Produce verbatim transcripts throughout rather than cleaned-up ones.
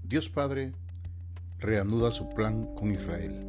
Dios Padre reanuda su plan con Israel.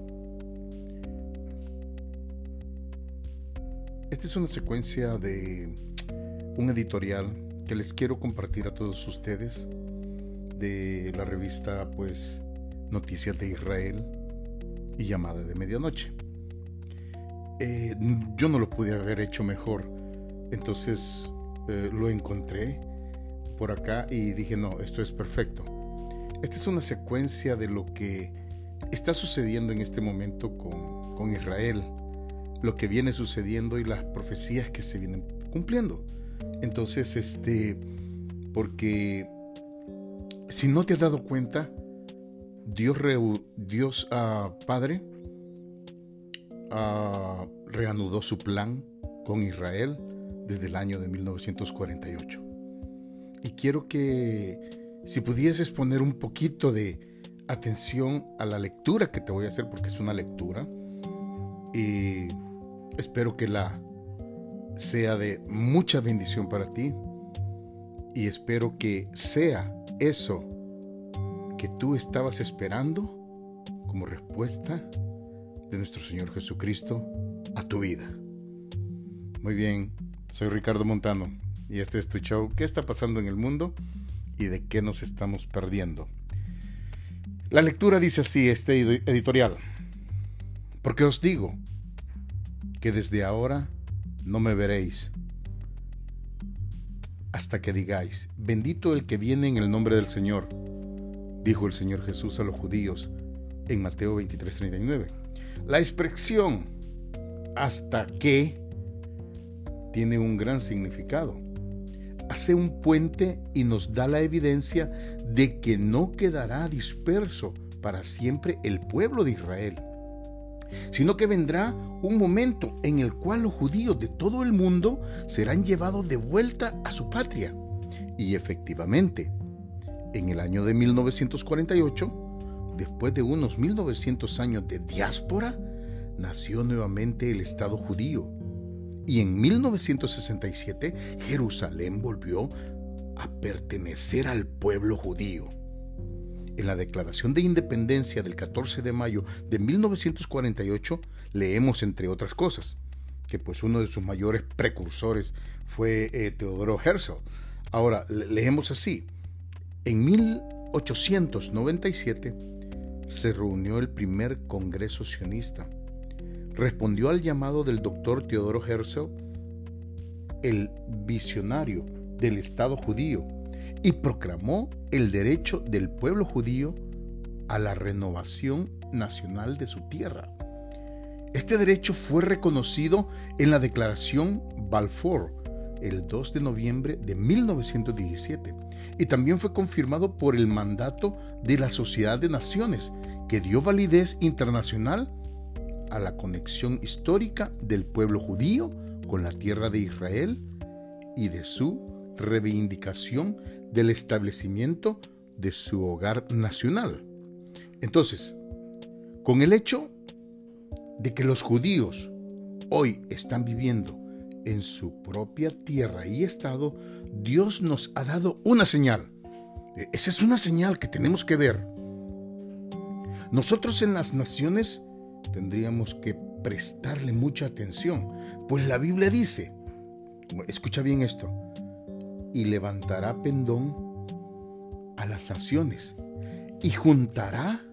Esta es una secuencia de un editorial que les quiero compartir a todos ustedes de la revista pues Noticias de Israel y Llamada de Medianoche. Eh, yo no lo pude haber hecho mejor, entonces eh, lo encontré por acá y dije no, esto es perfecto. Esta es una secuencia de lo que está sucediendo en este momento con, con Israel, lo que viene sucediendo y las profecías que se vienen cumpliendo. Entonces, este, porque si no te has dado cuenta, Dios, reu, Dios uh, Padre uh, reanudó su plan con Israel desde el año de mil novecientos cuarenta y ocho. Y quiero que, si pudieses poner un poquito de atención a la lectura que te voy a hacer, porque es una lectura, y espero que la sea de mucha bendición para ti, y espero que sea eso que tú estabas esperando como respuesta de nuestro Señor Jesucristo a tu vida. Muy bien, soy Ricardo Montano y este es tu show ¿Qué está pasando en el mundo y de qué nos estamos perdiendo? La lectura dice así, este editorial: porque os digo que desde ahora no me veréis hasta que digáis, bendito el que viene en el nombre del Señor, dijo el Señor Jesús a los judíos en Mateo veintitrés treinta y nueve. La expresión hasta que tiene un gran significado. Hace un puente y nos da la evidencia de que no quedará disperso para siempre el pueblo de Israel, sino que vendrá un momento en el cual los judíos de todo el mundo serán llevados de vuelta a su patria. Y efectivamente, en el año de mil novecientos cuarenta y ocho, después de unos mil novecientos años de diáspora, nació nuevamente el Estado judío. Y en mil novecientos sesenta y siete, Jerusalén volvió a pertenecer al pueblo judío. En la Declaración de Independencia del catorce de mayo de mil novecientos cuarenta y ocho, leemos, entre otras cosas, que pues uno de sus mayores precursores fue eh, Teodoro Herzl. Ahora, leemos así: en mil ochocientos noventa y siete se reunió el primer Congreso Sionista. Respondió al llamado del doctor Teodoro Herzl, el visionario del Estado judío, y proclamó el derecho del pueblo judío a la renovación nacional de su tierra. Este derecho fue reconocido en la Declaración Balfour el dos de noviembre de mil novecientos diecisiete y también fue confirmado por el mandato de la Sociedad de Naciones, que dio validez internacional a la conexión histórica del pueblo judío con la tierra de Israel y de su reivindicación del establecimiento de su hogar nacional. Entonces, con el hecho de que los judíos hoy están viviendo en su propia tierra y estado, Dios nos ha dado una señal. Esa es una señal que tenemos que ver. Nosotros en las naciones tendríamos que prestarle mucha atención, pues la Biblia dice, escucha bien esto, y levantará pendón a las naciones, y juntará,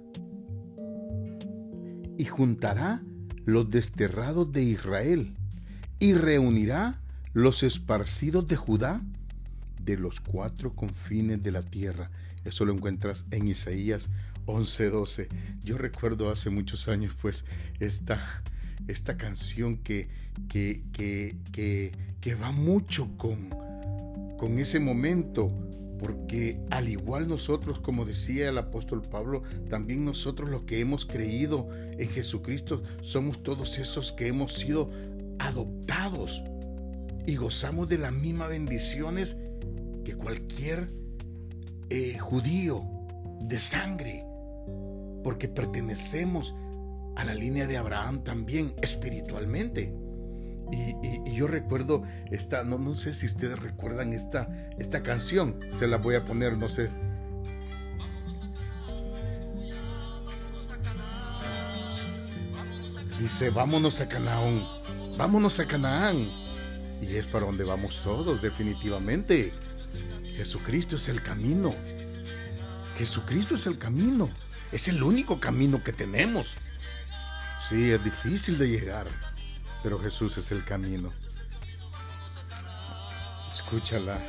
y juntará los desterrados de Israel, y reunirá los esparcidos de Judá de los cuatro confines de la tierra. Eso lo encuentras en Isaías once doce. Yo recuerdo hace muchos años pues esta, esta canción que, que, que, que, que va mucho con, con ese momento, porque al igual nosotros, como decía el apóstol Pablo, también nosotros los que hemos creído en Jesucristo somos todos esos que hemos sido adoptados y gozamos de las mismas bendiciones que cualquier eh, judío de sangre, porque pertenecemos a la línea de Abraham también espiritualmente. Y, y, y yo recuerdo esta, no, no sé si ustedes recuerdan esta, esta canción, se la voy a poner, no sé. dice, vámonos a Canaán, vámonos a Canaán. Y es para donde vamos todos, definitivamente. Jesucristo es el camino. Jesucristo es el camino. Es el único camino que tenemos. Sí, es difícil de llegar, pero Jesús es el camino. Escúchala.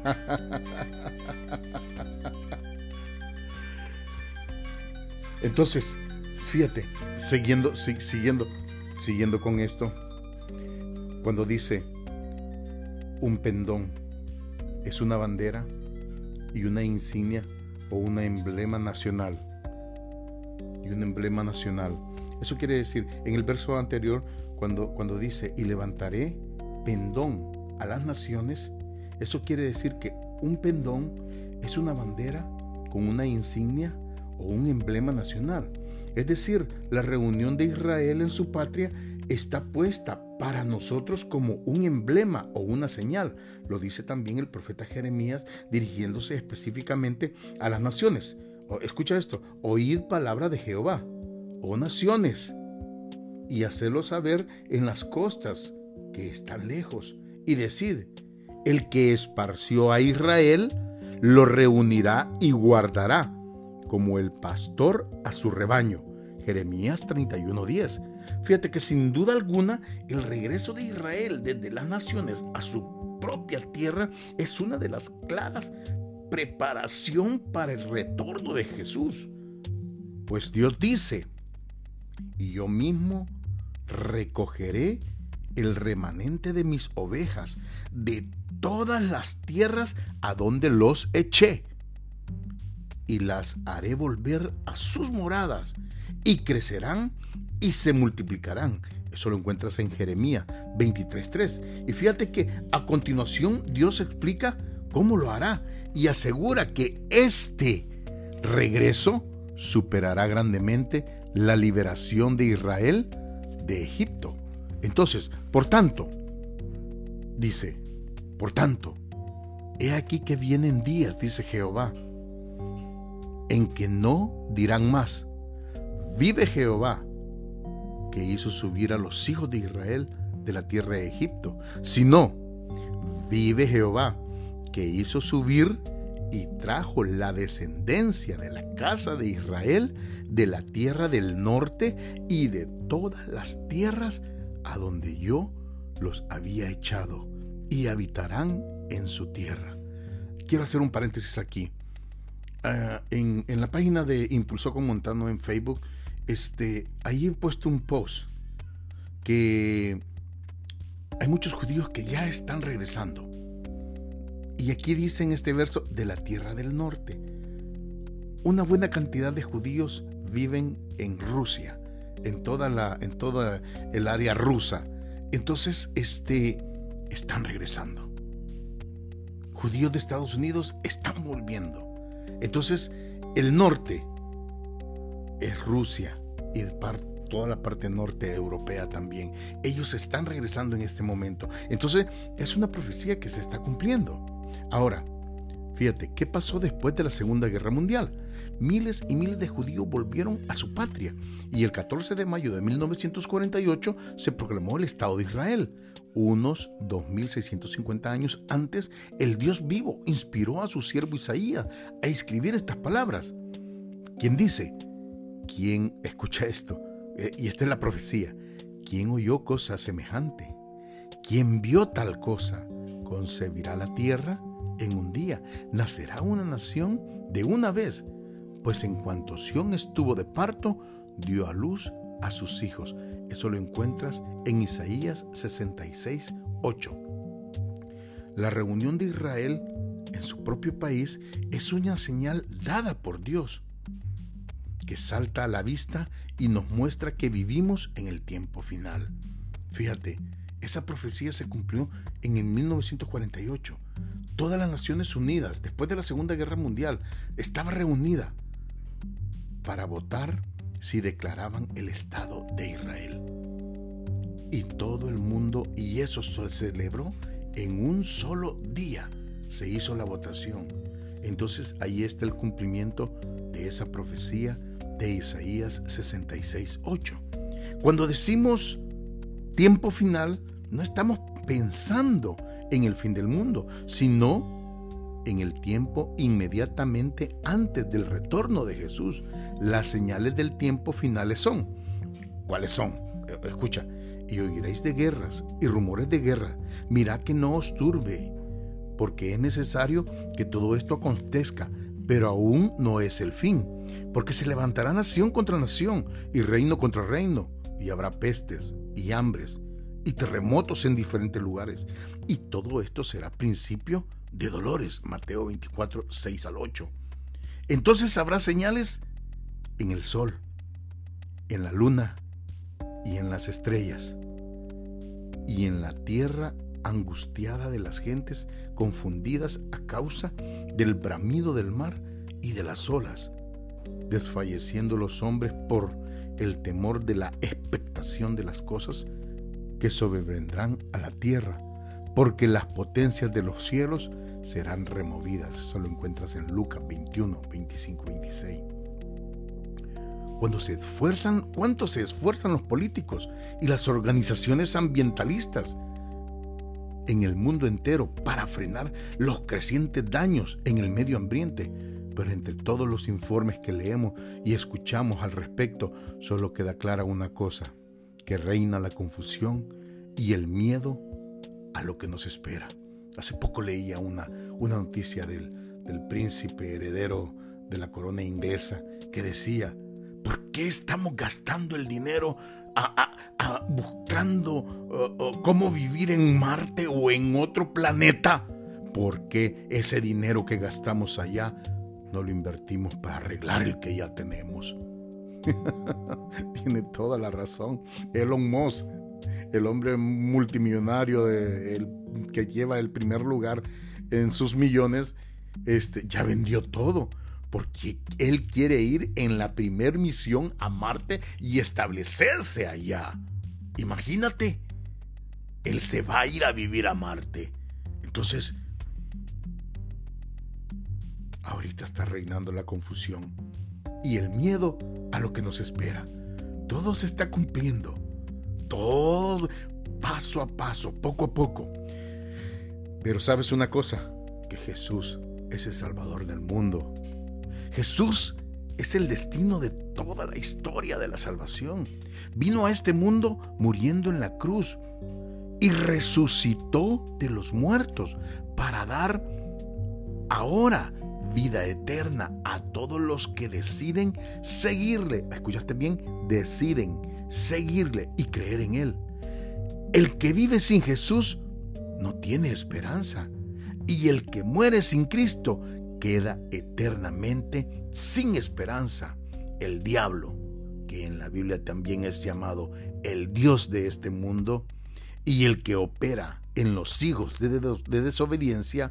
Entonces, fíjate, siguiendo, si, siguiendo, siguiendo con esto, cuando dice un pendón, es una bandera y una insignia o un emblema nacional. Y un emblema nacional. Eso quiere decir, en el verso anterior, cuando, cuando dice, y levantaré pendón a las naciones, eso quiere decir que un pendón es una bandera con una insignia o un emblema nacional. Es decir, la reunión de Israel en su patria está puesta para nosotros como un emblema o una señal. Lo dice también el profeta Jeremías dirigiéndose específicamente a las naciones. Escucha esto: oíd palabra de Jehová, oh naciones, y hacedlo saber en las costas que están lejos, y decid, el que esparció a Israel lo reunirá y guardará, como el pastor a su rebaño. Jeremías treinta y uno diez. Fíjate que sin duda alguna el regreso de Israel desde las naciones a su propia tierra es una de las claras preparación para el retorno de Jesús. Pues Dios dice, y yo mismo recogeré el remanente de mis ovejas de todas las tierras a donde los eché, y las haré volver a sus moradas, y crecerán y se multiplicarán. Eso lo encuentras en Jeremías veintitrés tres. Y fíjate que a continuación Dios explica cómo lo hará y asegura que este regreso superará grandemente la liberación de Israel de Egipto. Entonces, por tanto, dice, por tanto, he aquí que vienen días, dice Jehová, en que no dirán más, vive Jehová, que hizo subir a los hijos de Israel de la tierra de Egipto, sino, vive Jehová, que hizo subir y trajo la descendencia de la casa de Israel de la tierra del norte y de todas las tierras a donde yo los había echado, y habitarán en su tierra. Quiero hacer un paréntesis aquí. Uh, en, en la página de Impulsó con Montano en Facebook, este, ahí he puesto un post que hay muchos judíos que ya están regresando. Y aquí dice en este verso, de la tierra del norte. Una buena cantidad de judíos viven en Rusia, en toda la, en toda el área rusa. Entonces, este, están regresando. Judíos de Estados Unidos están volviendo. Entonces, el norte es Rusia y par, toda la parte norte europea también. Ellos están regresando en este momento. Entonces, es una profecía que se está cumpliendo. Ahora, fíjate, ¿qué pasó después de la Segunda Guerra Mundial? Miles y miles de judíos volvieron a su patria y el catorce de mayo de mil novecientos cuarenta y ocho se proclamó el Estado de Israel. Unos dos mil seiscientos cincuenta años antes, el Dios vivo inspiró a su siervo Isaías a escribir estas palabras. ¿Quién dice? ¿Quién escucha esto? Eh, y esta es la profecía. ¿Quién oyó cosa semejante? ¿Quién vio tal cosa? Concebirá la tierra en un día, nacerá una nación de una vez, pues en cuanto Sión estuvo de parto, dio a luz a sus hijos. Eso lo encuentras en Isaías sesenta y seis, ocho. La reunión de Israel en su propio país es una señal dada por Dios, que salta a la vista y nos muestra que vivimos en el tiempo final. Fíjate, esa profecía se cumplió en el mil novecientos cuarenta y ocho. Todas las Naciones Unidas, después de la Segunda Guerra Mundial, estaba reunida para votar si declaraban el Estado de Israel. Y todo el mundo, y eso se celebró en un solo día, se hizo la votación. Entonces ahí está el cumplimiento de esa profecía de Isaías sesenta y seis, ocho. Cuando decimos tiempo final, no estamos pensando en el fin del mundo, sino en el tiempo inmediatamente antes del retorno de Jesús. Las señales del tiempo finales son, ¿cuáles son? Escucha, y oiréis de guerras y rumores de guerra. Mirad que no os turbe, porque es necesario que todo esto acontezca, pero aún no es el fin, porque se levantará nación contra nación y reino contra reino, y habrá pestes y hambres y terremotos en diferentes lugares, y todo esto será principio de dolores. Mateo veinticuatro, seis al ocho. Entonces habrá señales en el sol, en la luna y en las estrellas, y en la tierra angustiada de las gentes confundidas a causa del bramido del mar y de las olas, desfalleciendo los hombres por el temor de la expectación de las cosas que sobrevendrán a la tierra, porque las potencias de los cielos serán removidas. Eso lo encuentras en Lucas veintiuno, veinticinco, veintiséis. Cuando se esfuerzan, ¿cuánto se esfuerzan los políticos y las organizaciones ambientalistas en el mundo entero para frenar los crecientes daños en el medio ambiente? Pero entre todos los informes que leemos y escuchamos al respecto, solo queda clara una cosa: que reina la confusión y el miedo a lo que nos espera. Hace poco leía una, una noticia del, del príncipe heredero de la corona inglesa que decía: ¿por qué estamos gastando el dinero a, a, a buscando uh, uh, cómo vivir en Marte o en otro planeta? ¿Por qué ese dinero que gastamos allá no lo invertimos para arreglar el que ya tenemos? Tiene toda la razón. Elon Musk, el hombre multimillonario de, el, que lleva el primer lugar en sus millones, este, ya vendió todo, porque él quiere ir en la primer misión a Marte y establecerse allá. Imagínate, él se va a ir a vivir a Marte. Entonces, ahorita está reinando la confusión y el miedo a lo que nos espera. Todo se está cumpliendo, todo paso a paso, poco a poco. Pero ¿sabes una cosa? Que Jesús es el Salvador del mundo. Jesús es el destino de toda la historia de la salvación. Vino a este mundo muriendo en la cruz y resucitó de los muertos para dar ahora vida eterna a todos los que deciden seguirle. ¿Escuchaste bien? Deciden seguirle y creer en Él. El que vive sin Jesús no tiene esperanza, y el que muere sin Cristo queda eternamente sin esperanza. El diablo, que en la Biblia también es llamado el Dios de este mundo, y el que opera en los hijos de, de, de desobediencia,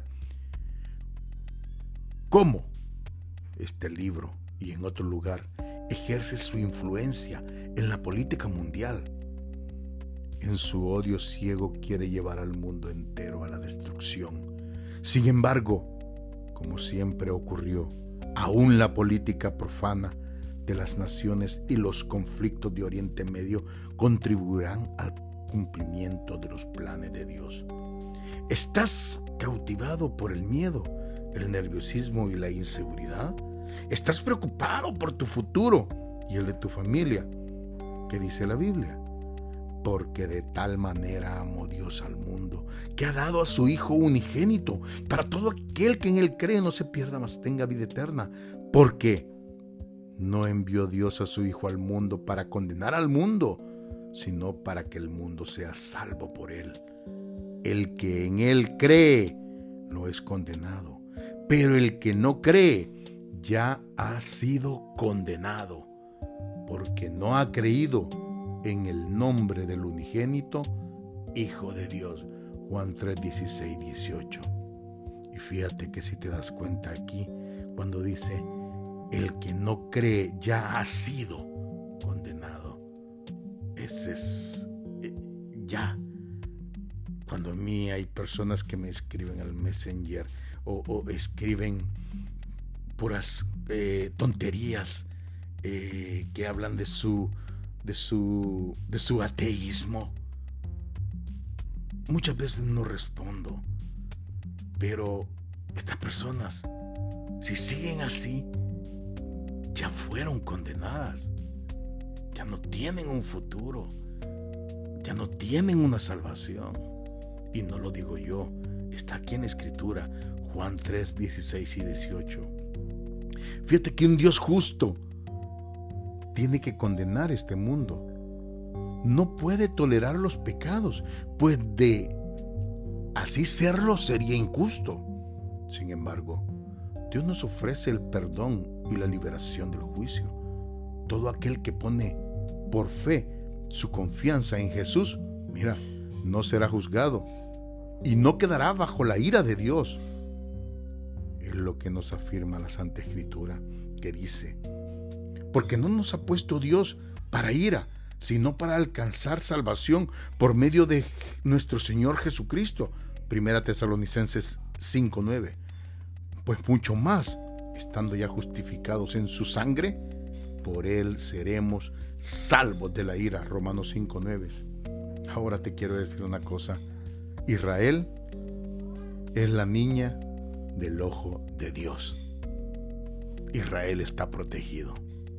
como este libro y en otro lugar, ejerce su influencia en la política mundial. En su odio ciego quiere llevar al mundo entero a la destrucción. Sin embargo, como siempre ocurrió, aún la política profana de las naciones y los conflictos de Oriente Medio contribuirán al cumplimiento de los planes de Dios. ¿Estás cautivado por el miedo, el nerviosismo y la inseguridad? ¿Estás preocupado por tu futuro y el de tu familia? ¿Qué dice la Biblia? Porque de tal manera amó Dios al mundo, que ha dado a su Hijo unigénito, para todo aquel que en Él cree no se pierda, mas tenga vida eterna. Porque no envió Dios a su Hijo al mundo para condenar al mundo, sino para que el mundo sea salvo por Él. El que en Él cree no es condenado, pero el que no cree ya ha sido condenado, porque no ha creído en el nombre del unigénito Hijo de Dios. Juan tres, dieciséis, dieciocho. Y fíjate que si te das cuenta aquí, cuando dice el que no cree ya ha sido condenado, ese es eh, ya. Cuando a mí hay personas que me escriben al Messenger o, o escriben puras eh, tonterías eh, que hablan de su de su, de su ateísmo? Muchas veces no respondo, pero estas personas, si siguen así, ya fueron condenadas, ya no tienen un futuro, ya no tienen una salvación. Y no lo digo yo, está aquí en la Escritura, Juan tres, dieciséis y dieciocho. Fíjate que un Dios justo tiene que condenar este mundo. No puede tolerar los pecados, pues de así serlo sería injusto. Sin embargo, Dios nos ofrece el perdón y la liberación del juicio. Todo aquel que pone por fe su confianza en Jesús, mira, no será juzgado y no quedará bajo la ira de Dios. Es lo que nos afirma la Santa Escritura, que dice: porque no nos ha puesto Dios para ira, sino para alcanzar salvación por medio de nuestro Señor Jesucristo. Primera Tesalonicenses cinco nueve. Pues mucho más, estando ya justificados en su sangre, por él seremos salvos de la ira. Romanos cinco nueve. Ahora te quiero decir una cosa: Israel es la niña del ojo de Dios. Israel está protegido.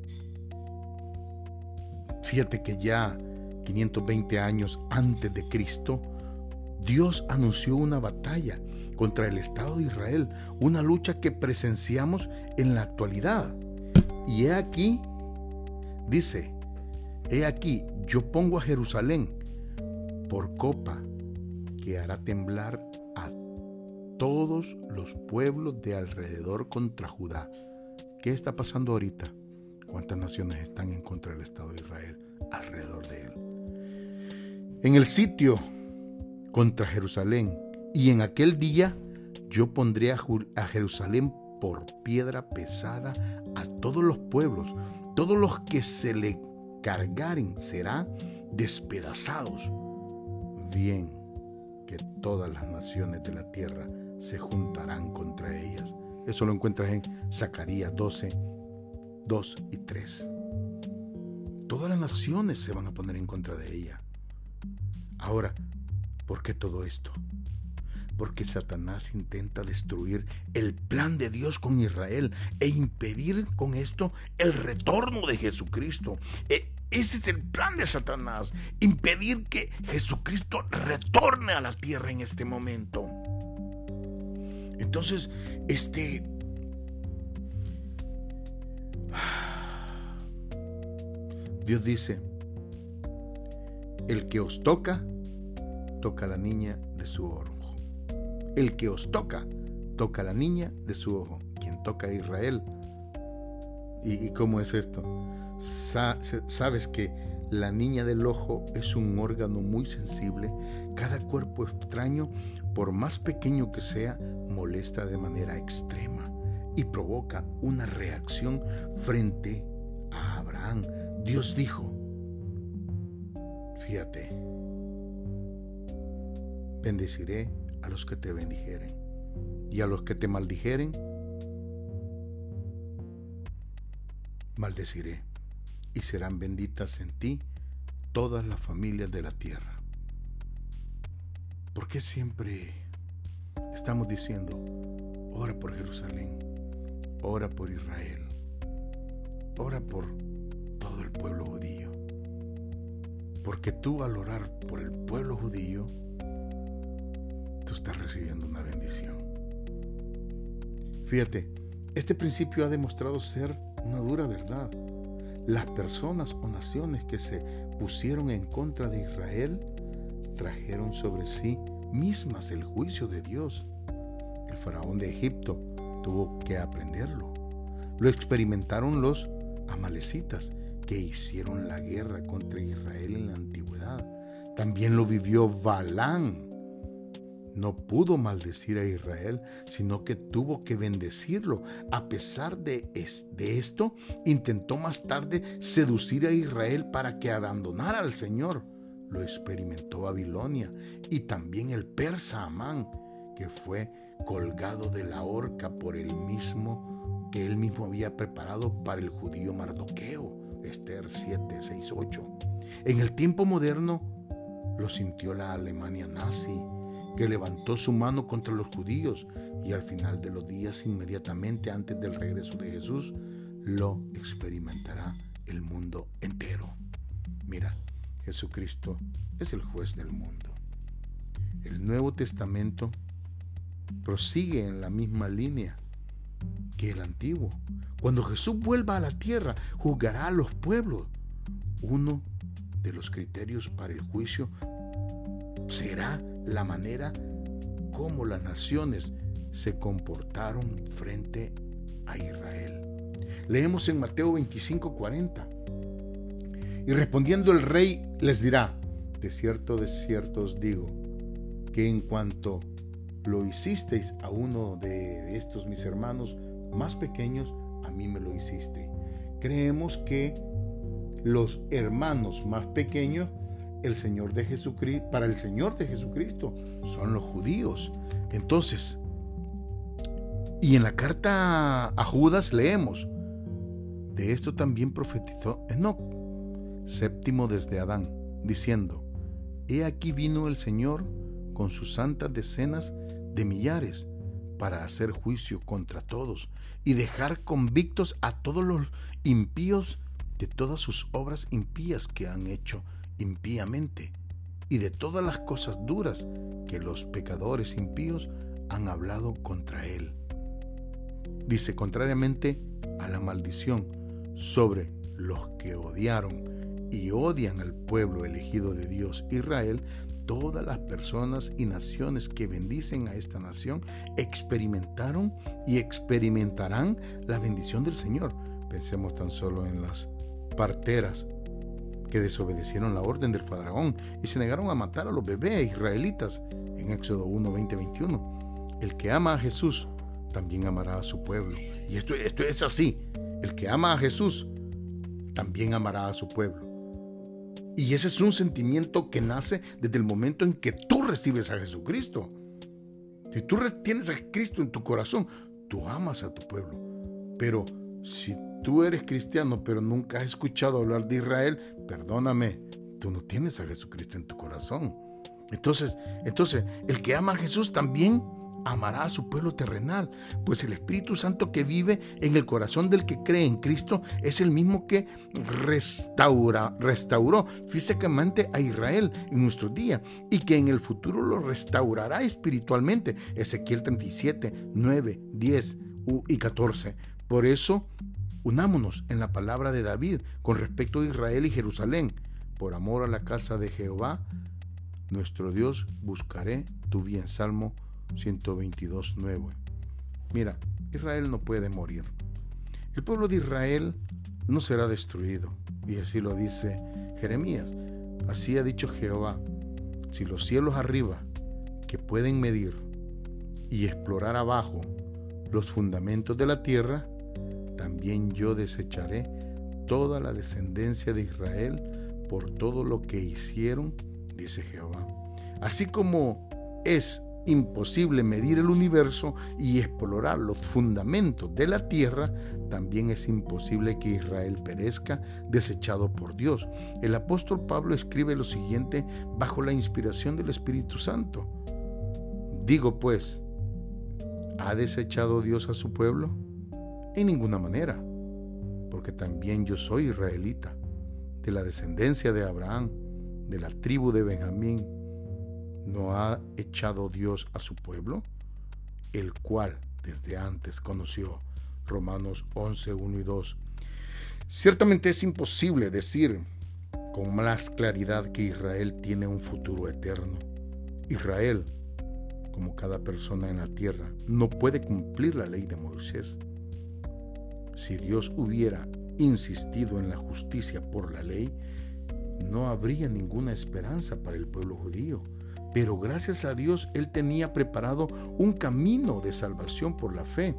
Fíjate que ya quinientos veinte años antes de Cristo, Dios anunció una batalla contra el Estado de Israel, una lucha que presenciamos en la actualidad. Y he aquí, dice, he aquí, yo pongo a Jerusalén por copa que hará temblar a todos los pueblos de alrededor contra Judá. ¿Qué está pasando ahorita? ¿Cuántas naciones están en contra del Estado de Israel alrededor de él? En el sitio contra Jerusalén, y en aquel día yo pondré a, a Jerusalén por piedra pesada a todos los pueblos. Todos los que se le cargaren serán despedazados. Bien que todas las naciones de la tierra se juntarán contra ellas. Eso lo encuentras en Zacarías doce, dos y tres. Todas las naciones se van a poner en contra de ella. Ahora, ¿por qué todo esto? Porque Satanás intenta destruir el plan de Dios con Israel e impedir con esto el retorno de Jesucristo. E- ese es el plan de Satanás, impedir que Jesucristo retorne a la tierra en este momento. Entonces, este... Dios dice: el que os toca, toca a la niña de su ojo. El que os toca, toca a la niña de su ojo. Quien toca a Israel. ¿Y, y cómo es esto? Sa- sabes que la niña del ojo es un órgano muy sensible. Cada cuerpo extraño, por más pequeño que sea, molesta de manera extrema y provoca una reacción frente a Abraham. Dios dijo, fíjate, bendeciré a los que te bendijeren, y a los que te maldijeren, maldeciré, y serán benditas en ti todas las familias de la tierra. ¿Por qué siempre estamos diciendo, ora por Jerusalén, ora por Israel, ora por todo el pueblo judío? Porque tú, al orar por el pueblo judío, tú estás recibiendo una bendición. Fíjate, este principio ha demostrado ser una dura verdad. Las personas o naciones que se pusieron en contra de Israel trajeron sobre sí mismas el juicio de Dios. El faraón de Egipto tuvo que aprenderlo. Lo experimentaron los amalecitas, que hicieron la guerra contra Israel en la antigüedad. También lo vivió Balaam. No pudo maldecir a Israel, sino que tuvo que bendecirlo. A pesar de, de esto, intentó más tarde seducir a Israel para que abandonara al Señor. Lo experimentó Babilonia y también el persa Amán, que fue colgado de la horca por el mismo que él mismo había preparado para el judío Mardoqueo. Esther siete, seis, ocho. En el tiempo moderno lo sintió la Alemania nazi, que levantó su mano contra los judíos, y al final de los días, inmediatamente antes del regreso de Jesús, lo experimentará el mundo entero. Mira, Jesucristo es el juez del mundo. El Nuevo Testamento prosigue en la misma línea que el Antiguo. Cuando Jesús vuelva a la tierra, juzgará a los pueblos. Uno de los criterios para el juicio será la manera como las naciones se comportaron frente a Israel. Leemos en Mateo veinticinco, cuarenta. Y respondiendo el rey les dirá: de cierto, de cierto os digo, que en cuanto lo hicisteis a uno de estos mis hermanos más pequeños, a mí me lo hiciste. Creemos que los hermanos más pequeños, el Señor de Jesucristo, para el Señor de Jesucristo, son los judíos. Entonces, y en la carta a Judas leemos: de esto también profetizó Enoc, séptimo desde Adán, diciendo: he aquí vino el Señor con sus santas decenas de millares para hacer juicio contra todos y dejar convictos a todos los impíos de todas sus obras impías que han hecho impíamente y de todas las cosas duras que los pecadores impíos han hablado contra él. Dice: contrariamente a la maldición sobre los que odiaron y odian al pueblo elegido de Dios, Israel, todas las personas y naciones que bendicen a esta nación experimentaron y experimentarán la bendición del Señor. Pensemos tan solo en las parteras que desobedecieron la orden del faraón y se negaron a matar a los bebés israelitas en Éxodo uno, veinte, veintiuno. El que ama a Jesús también amará a su pueblo. Y esto, esto es así. El que ama a Jesús también amará a su pueblo. Y ese es un sentimiento que nace desde el momento en que tú recibes a Jesucristo. Si tú tienes a Cristo en tu corazón, tú amas a tu pueblo. Pero si tú eres cristiano, pero nunca has escuchado hablar de Israel, perdóname, tú no tienes a Jesucristo en tu corazón. Entonces, entonces, el que ama a Jesús también amará a su pueblo terrenal, pues el Espíritu Santo que vive en el corazón del que cree en Cristo es el mismo que restaura, restauró físicamente a Israel en nuestros días y que en el futuro lo restaurará espiritualmente. Ezequiel treinta y siete, nueve, diez y catorce. Por eso, unámonos en la palabra de David con respecto a Israel y Jerusalén. Por amor a la casa de Jehová, nuestro Dios, buscaré tu bien. Salmo ciento veintidós, nueve. Mira, Israel no puede morir. El pueblo de Israel no será destruido. Y así lo dice Jeremías. Así ha dicho Jehová: si los cielos arriba, que pueden medir y explorar abajo los fundamentos de la tierra, también yo desecharé toda la descendencia de Israel por todo lo que hicieron, dice Jehová. Así como es imposible medir el universo y explorar los fundamentos de la tierra, también es imposible que Israel perezca desechado por Dios. El apóstol Pablo escribe lo siguiente bajo la inspiración del Espíritu Santo: digo pues, ¿ha desechado Dios a su pueblo? En ninguna manera, porque también yo soy israelita, de la descendencia de Abraham, de la tribu de Benjamín. ¿No ha echado Dios a su pueblo, el cual desde antes conoció? Romanos once, uno y dos. Ciertamente es imposible decir con más claridad que Israel tiene un futuro eterno. Israel, como cada persona en la tierra, no puede cumplir la ley de Moisés. Si Dios hubiera insistido en la justicia por la ley, no habría ninguna esperanza para el pueblo judío. Pero gracias a Dios, Él tenía preparado un camino de salvación por la fe.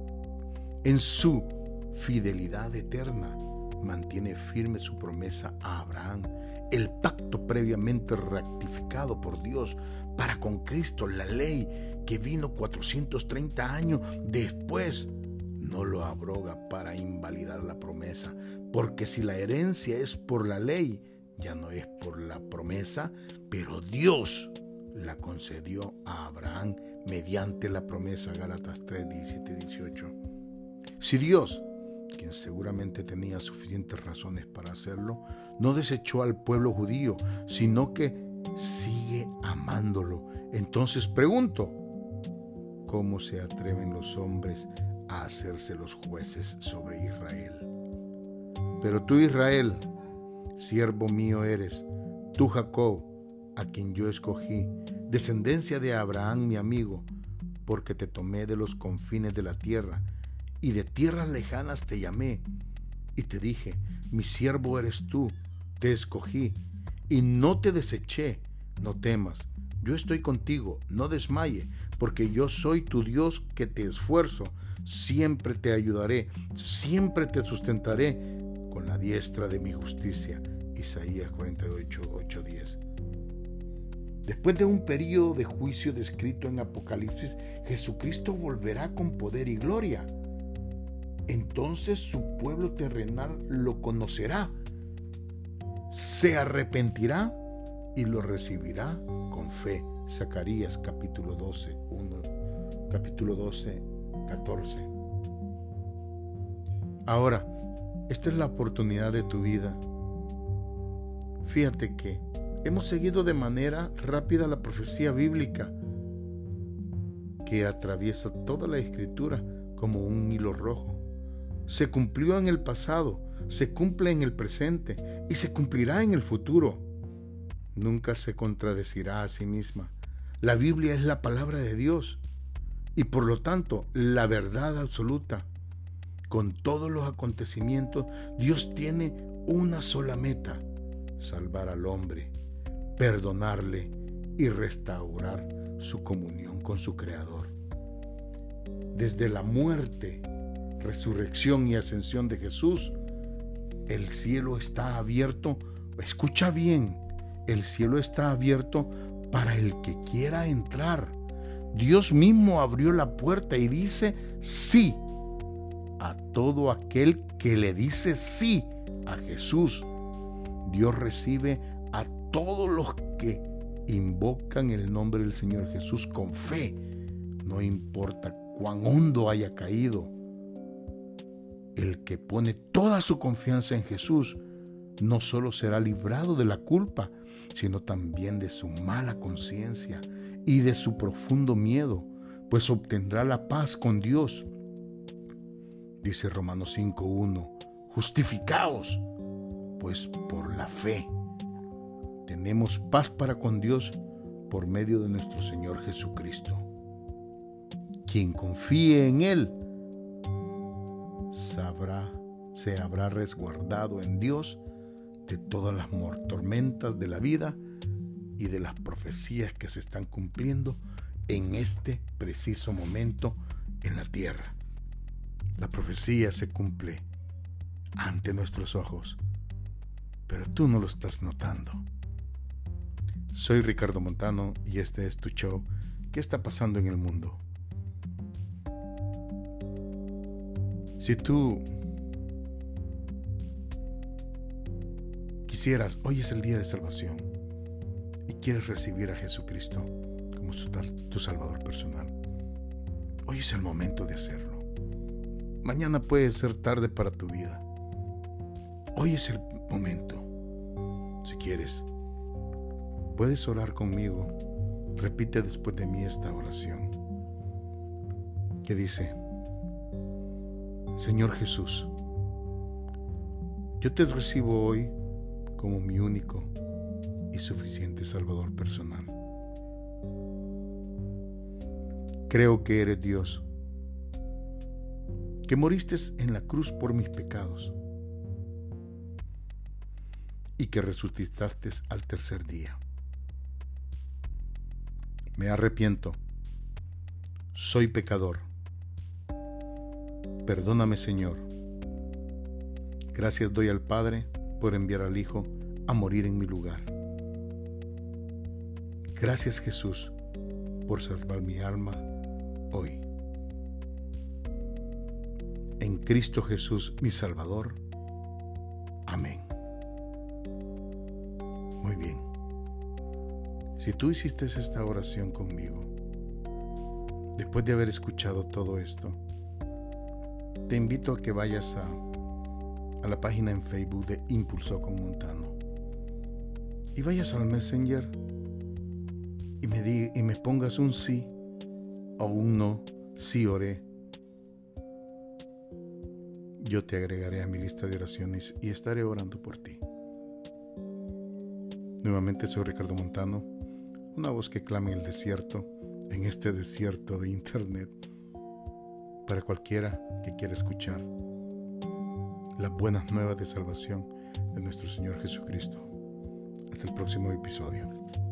En su fidelidad eterna, mantiene firme su promesa a Abraham, el pacto previamente rectificado por Dios para con Cristo, la ley que vino cuatrocientos treinta años después, no lo abroga para invalidar la promesa, porque si la herencia es por la ley, ya no es por la promesa, pero Dios la concedió a Abraham mediante la promesa. Gálatas tres, diecisiete, dieciocho. Si Dios, quien seguramente tenía suficientes razones para hacerlo, no desechó al pueblo judío, sino que sigue amándolo, entonces pregunto, ¿cómo se atreven los hombres a hacerse los jueces sobre Israel? Pero tú, Israel, siervo mío eres, tú, Jacob, a quien yo escogí, descendencia de Abraham mi amigo, porque te tomé de los confines de la tierra, y de tierras lejanas te llamé, y te dije, mi siervo eres tú, te escogí, y no te deseché, no temas, yo estoy contigo, no desmaye, porque yo soy tu Dios que te esfuerzo, siempre te ayudaré, siempre te sustentaré con la diestra de mi justicia. Isaías cuarenta y ocho, ocho, diez. Después de un periodo de juicio descrito en Apocalipsis, Jesucristo volverá con poder y gloria. Entonces su pueblo terrenal lo conocerá, se arrepentirá y lo recibirá con fe. Zacarías capítulo doce, uno, capítulo doce, catorce. Ahora, esta es la oportunidad de tu vida. Fíjate que hemos seguido de manera rápida la profecía bíblica que atraviesa toda la Escritura como un hilo rojo. Se cumplió en el pasado, se cumple en el presente y se cumplirá en el futuro. Nunca se contradecirá a sí misma. La Biblia es la palabra de Dios y por lo tanto la verdad absoluta. Con todos los acontecimientos, Dios tiene una sola meta: salvar al hombre, perdonarle y restaurar su comunión con su Creador. Desde la muerte, resurrección y ascensión de Jesús, el cielo está abierto. Escucha bien, el cielo está abierto para el que quiera entrar. Dios mismo abrió la puerta y dice sí a todo aquel que le dice sí a Jesús. Dios recibe a todos los que invocan el nombre del Señor Jesús con fe, no importa cuán hondo haya caído. El que pone toda su confianza en Jesús no solo será librado de la culpa, sino también de su mala conciencia y de su profundo miedo, pues obtendrá la paz con Dios. Dice Romanos cinco uno, justificaos, pues por la fe tenemos paz para con Dios por medio de nuestro Señor Jesucristo. Quien confíe en Él sabrá, se habrá resguardado en Dios de todas las tormentas de la vida y de las profecías que se están cumpliendo en este preciso momento en la tierra. La profecía se cumple ante nuestros ojos, pero tú no lo estás notando. Soy Ricardo Montano y este es tu show ¿Qué está pasando en el mundo? Si tú quisieras, hoy es el día de salvación y quieres recibir a Jesucristo como tu Salvador personal, hoy es el momento de hacerlo. Mañana puede ser tarde para tu vida. Hoy es el momento. Si quieres, puedes orar conmigo. Repite después de mí esta oración que dice: Señor Jesús, yo te recibo hoy como mi único y suficiente Salvador personal. Creo que eres Dios, que moriste en la cruz por mis pecados y que resucitaste al tercer día. Me arrepiento, soy pecador. Perdóname, Señor. Gracias doy al Padre por enviar al Hijo a morir en mi lugar. Gracias, Jesús, por salvar mi alma hoy. en Cristo Jesús, mi Salvador. Amén. Muy bien. Si tú hiciste esta oración conmigo, después de haber escuchado todo esto, te invito a que vayas a, a la página en Facebook de Impulso con Montano y vayas al Messenger y me, di, y me pongas un sí o un no. Sí oré. Yo te agregaré a mi lista de oraciones y estaré orando por ti. Nuevamente soy Ricardo Montano, una voz que clama en el desierto, en este desierto de internet, para cualquiera que quiera escuchar las buenas nuevas de salvación de nuestro Señor Jesucristo. Hasta el próximo episodio.